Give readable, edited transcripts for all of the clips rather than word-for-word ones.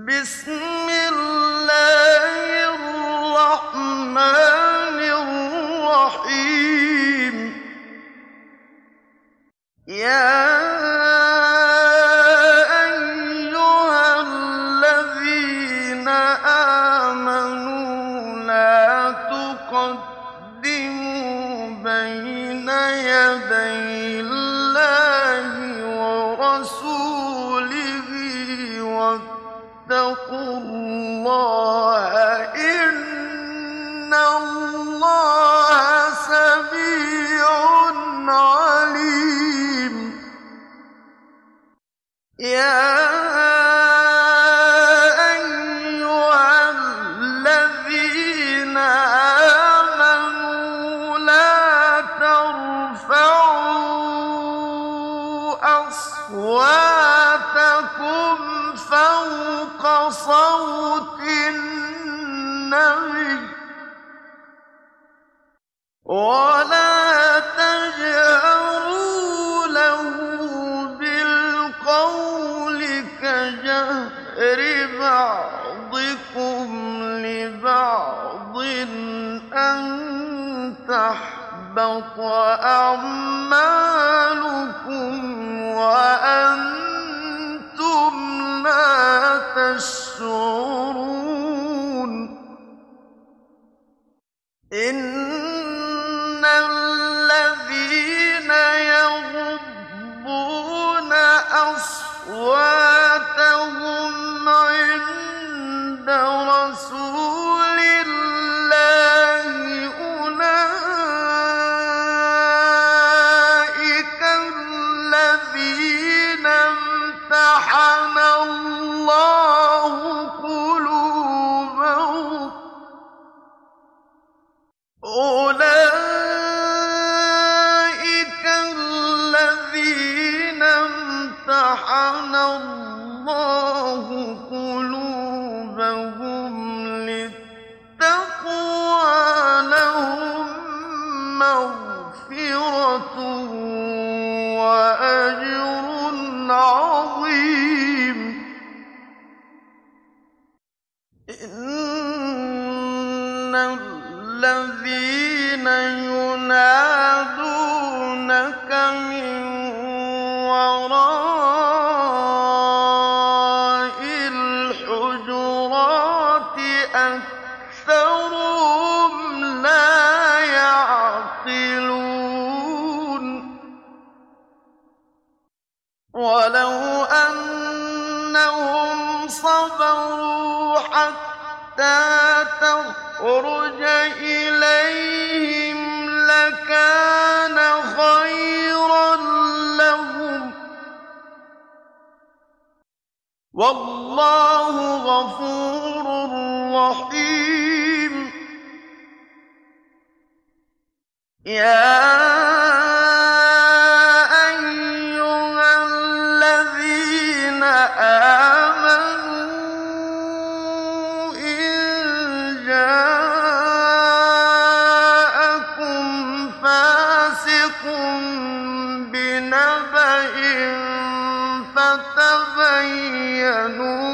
بسم الله الرحمن الرحيم يا أيها الذين آمنوا لا تقدموا بين يدي الله ورسوله واتقوا الله إن الله سميع عليم يا أيها الذين آمنوا لا ترفعوا أصواتكم فوق صوت النبي ولا تجهروا له بالقول كجهر بعضكم لبعض أن تحبط أعمالكم وأنتم لا تشعرون إن الذين يغضون أصواتهم عند رسول الله أولئك الذين امتحن الله قلوبهم أولئك الذين امتحن الله قلوبهم للتقوى لهم مغفرة وأجر عظيم إن الذين ينادونك من وراء الحجرات أكثرهم لا يعقلون ولو أنهم صبروا حتى تخرج إليهم لكان خيرا لهم والله غفور رحيم يا أيها الذين آمنوا إن جاءكم فاسق بنبأ فتبينوا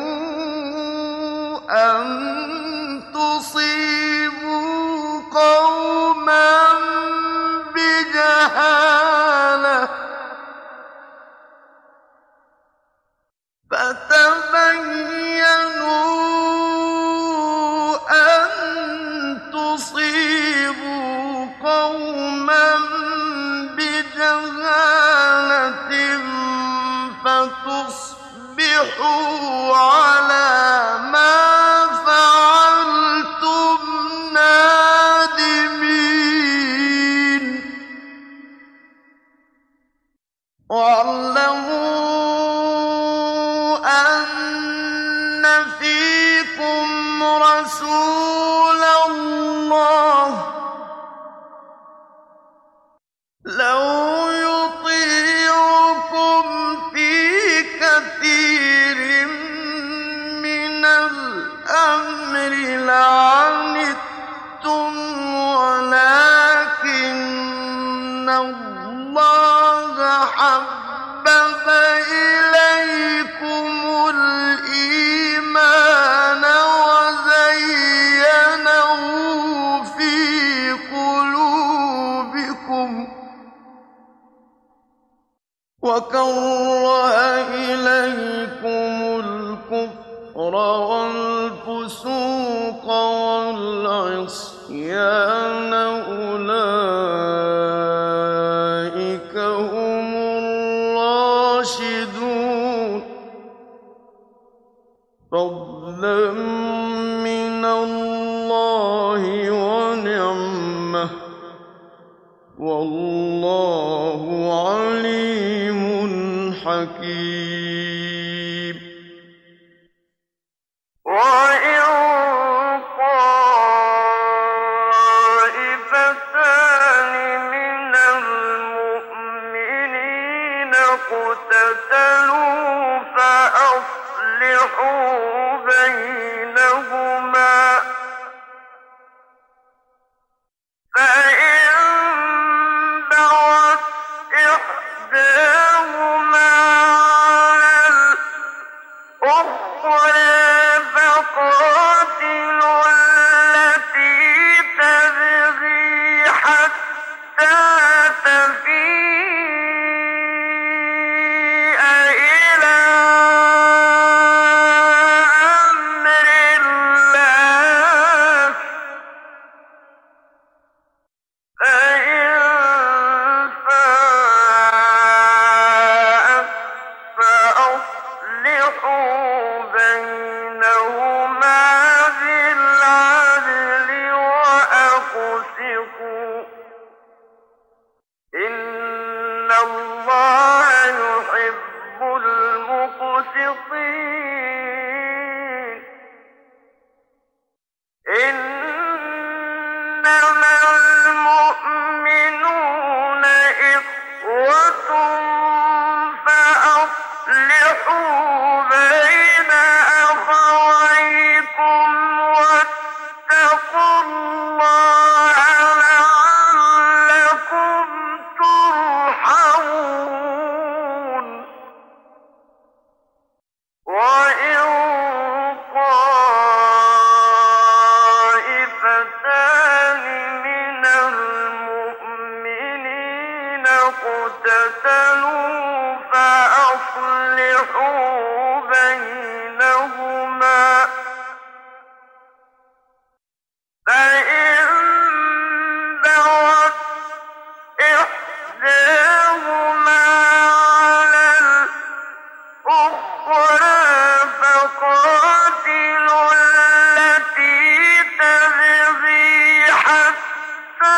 أن تصيبوا قوما بجهالة فتصبحوا على ما فعلتم نادمين واعلموا أن فيكم رسول الله لو يطيعكم في كثير من الأمر لعنتم ولكن الله حبب إليكم الإيمان والفسوق والعصيان أولئك هم الراشدون فضلا من الله ونعمة والله عليم حكيم وإن طائفتان من المؤمنين اقتتلوا فأصلحوا بينهما فإن بغت إحداهما على الأخرى فقاتلوا التي تبغي حتى تفيء إلى أمر الله فإن فاءت فأصلحوا بينهما بالعدل وأقسطوا إن الله يحب المقسطين إنما المؤمنون إخوة فأصلحوا بين أخويكم واتقوا الله لعلكم ترحمون وإن طائفتان من المؤمنين اقتتلوا فأصلحوا بينهما فإن بغت إحداهما على الأخرى فقاتلوا التي تبغي حتى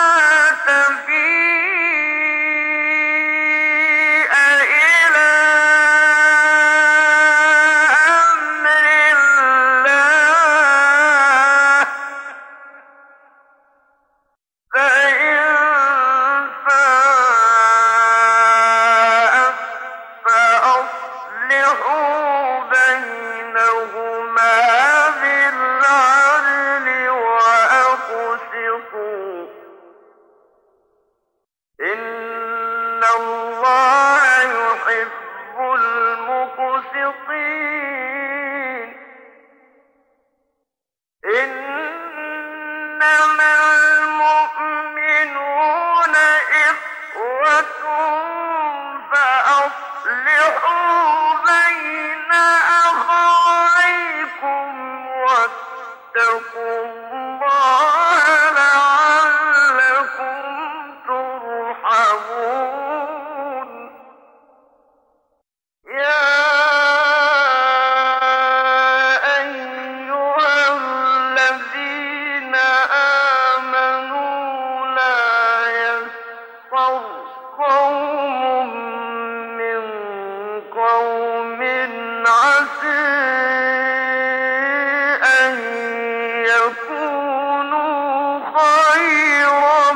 تفيء إلى أمر الله فإن فاءت فأصلحوا بينهما بالعدل وأقسطوا إن الله يحب المقسطين إنما المؤمنون إخوة فأصلحوا بين أخويكم واتقوا الله لعلكم ترحمون يا أيها الذين آمنوا لا يسخر قوم من قوم عسى أن يكونوا خيرا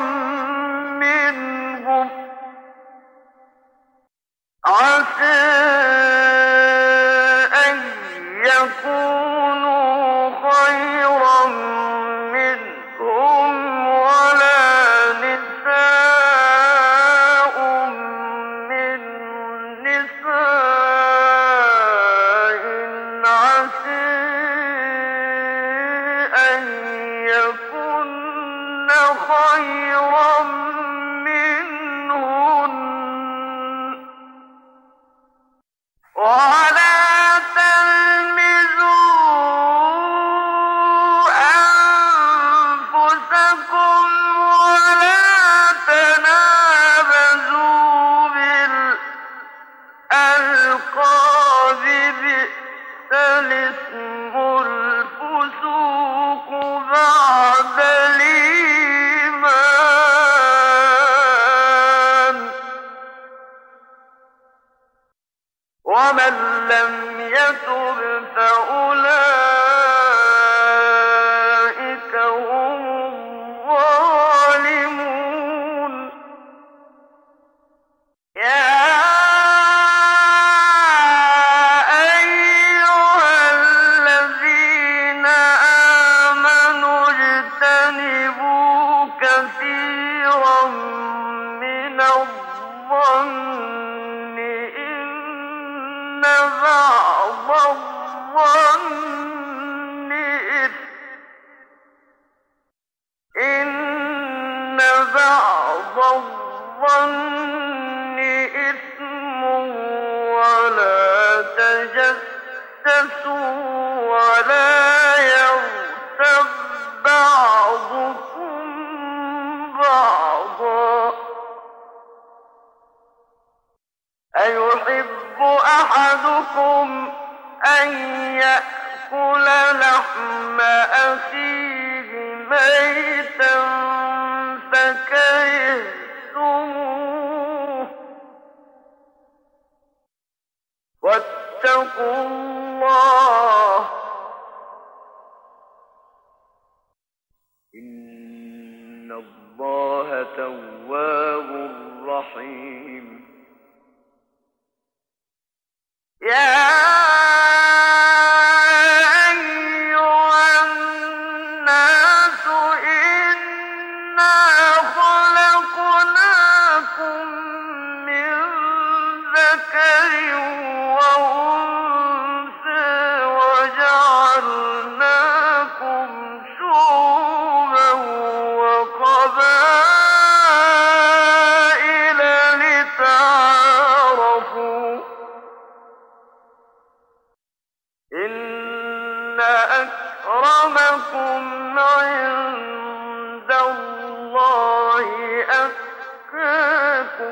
منهم عسى أن يكونوا خيرا منهم ولا نساء من نساء عسى أن يكن خيرا منهن ولا تلمزوا الظن إثم ولا تجسسوا ولا يغتب بعضكم بعضا أيحب أحدكم أن يأكل لحم أخيه ميتا فكرهتموه واتقوا الله إن الله تواب رحيم يا أيها الناس إنا خلقناكم من ذكر وأنثى وجعلناكم شعوبا وقبائل لتعارفوا إن أكرمكم عند الله أتقاكم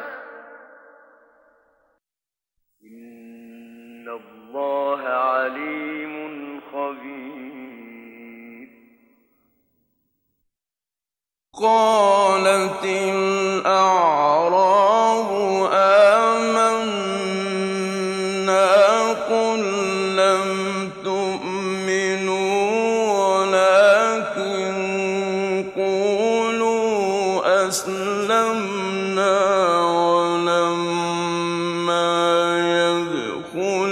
إن الله عليم خبير قالت الأعراب آمنا قل لم تؤمنوا ولكن قولوا أسلمنا ولما يدخل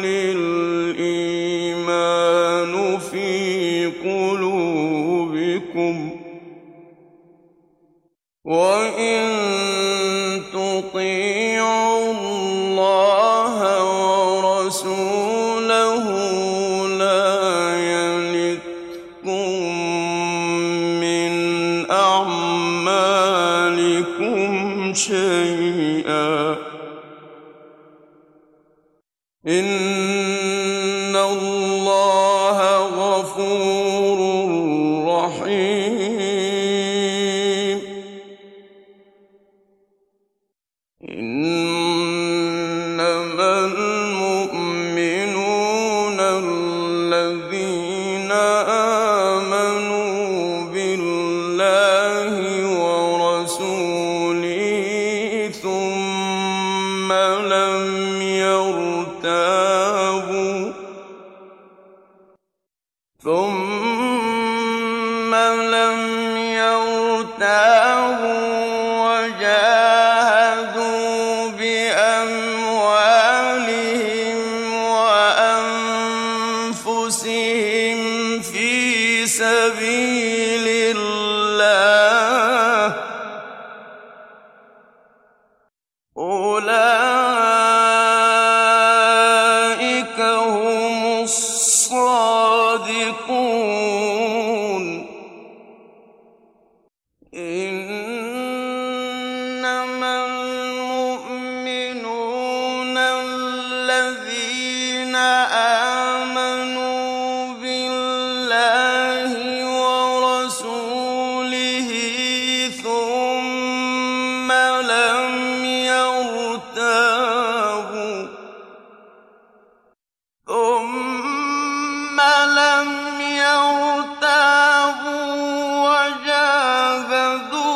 الإيمان في قلوبكم وإن تطيعوا الله ورسوله لا يلتكم من أعمالكم شيئا إن الله غفور رحيم إنما المؤمنون الذين آمنوا بالله ورسوله ثم لم يرتابوا وجاهدوا بأموالهم وأنفسهم في سبيل الله أولئك هم الصادقون إنما المؤمنون الذين آمنوا بالله ورسوله ثم لم يرتابوا وجاهدوا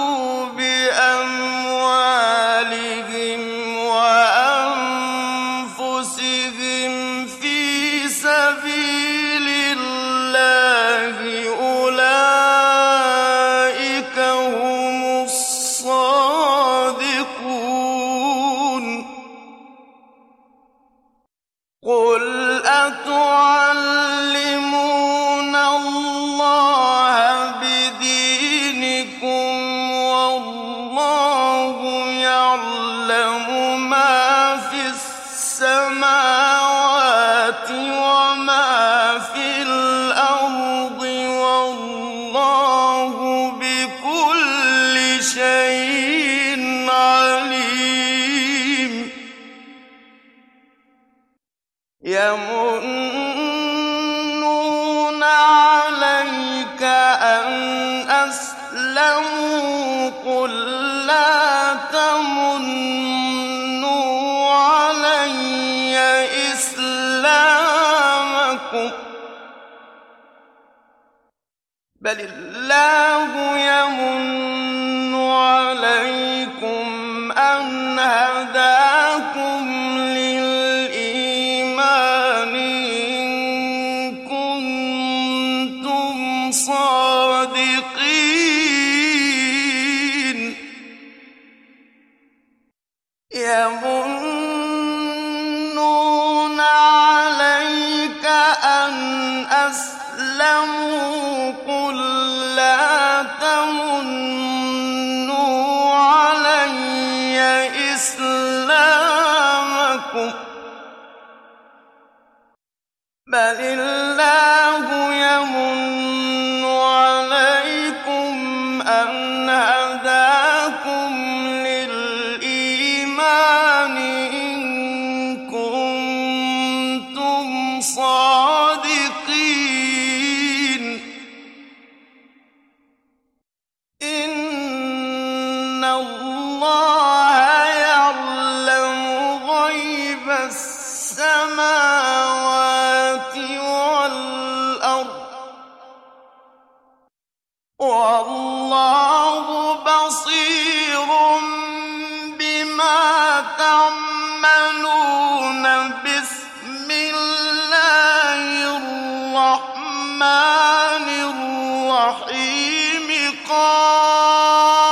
بل الله يمن عليكم أن هداكم للإيمان إن كنتم صادقين يمنون عليك أن أسلموا قل لا تمنوا علي إسلامكم بل الله يمن عليكم أن هداكم للإيمان إن كنتم صادقين إن الله يعلم غيب السماوات والأرض والله بصير بما تعملون بسم الله الرحمن الرحيم قال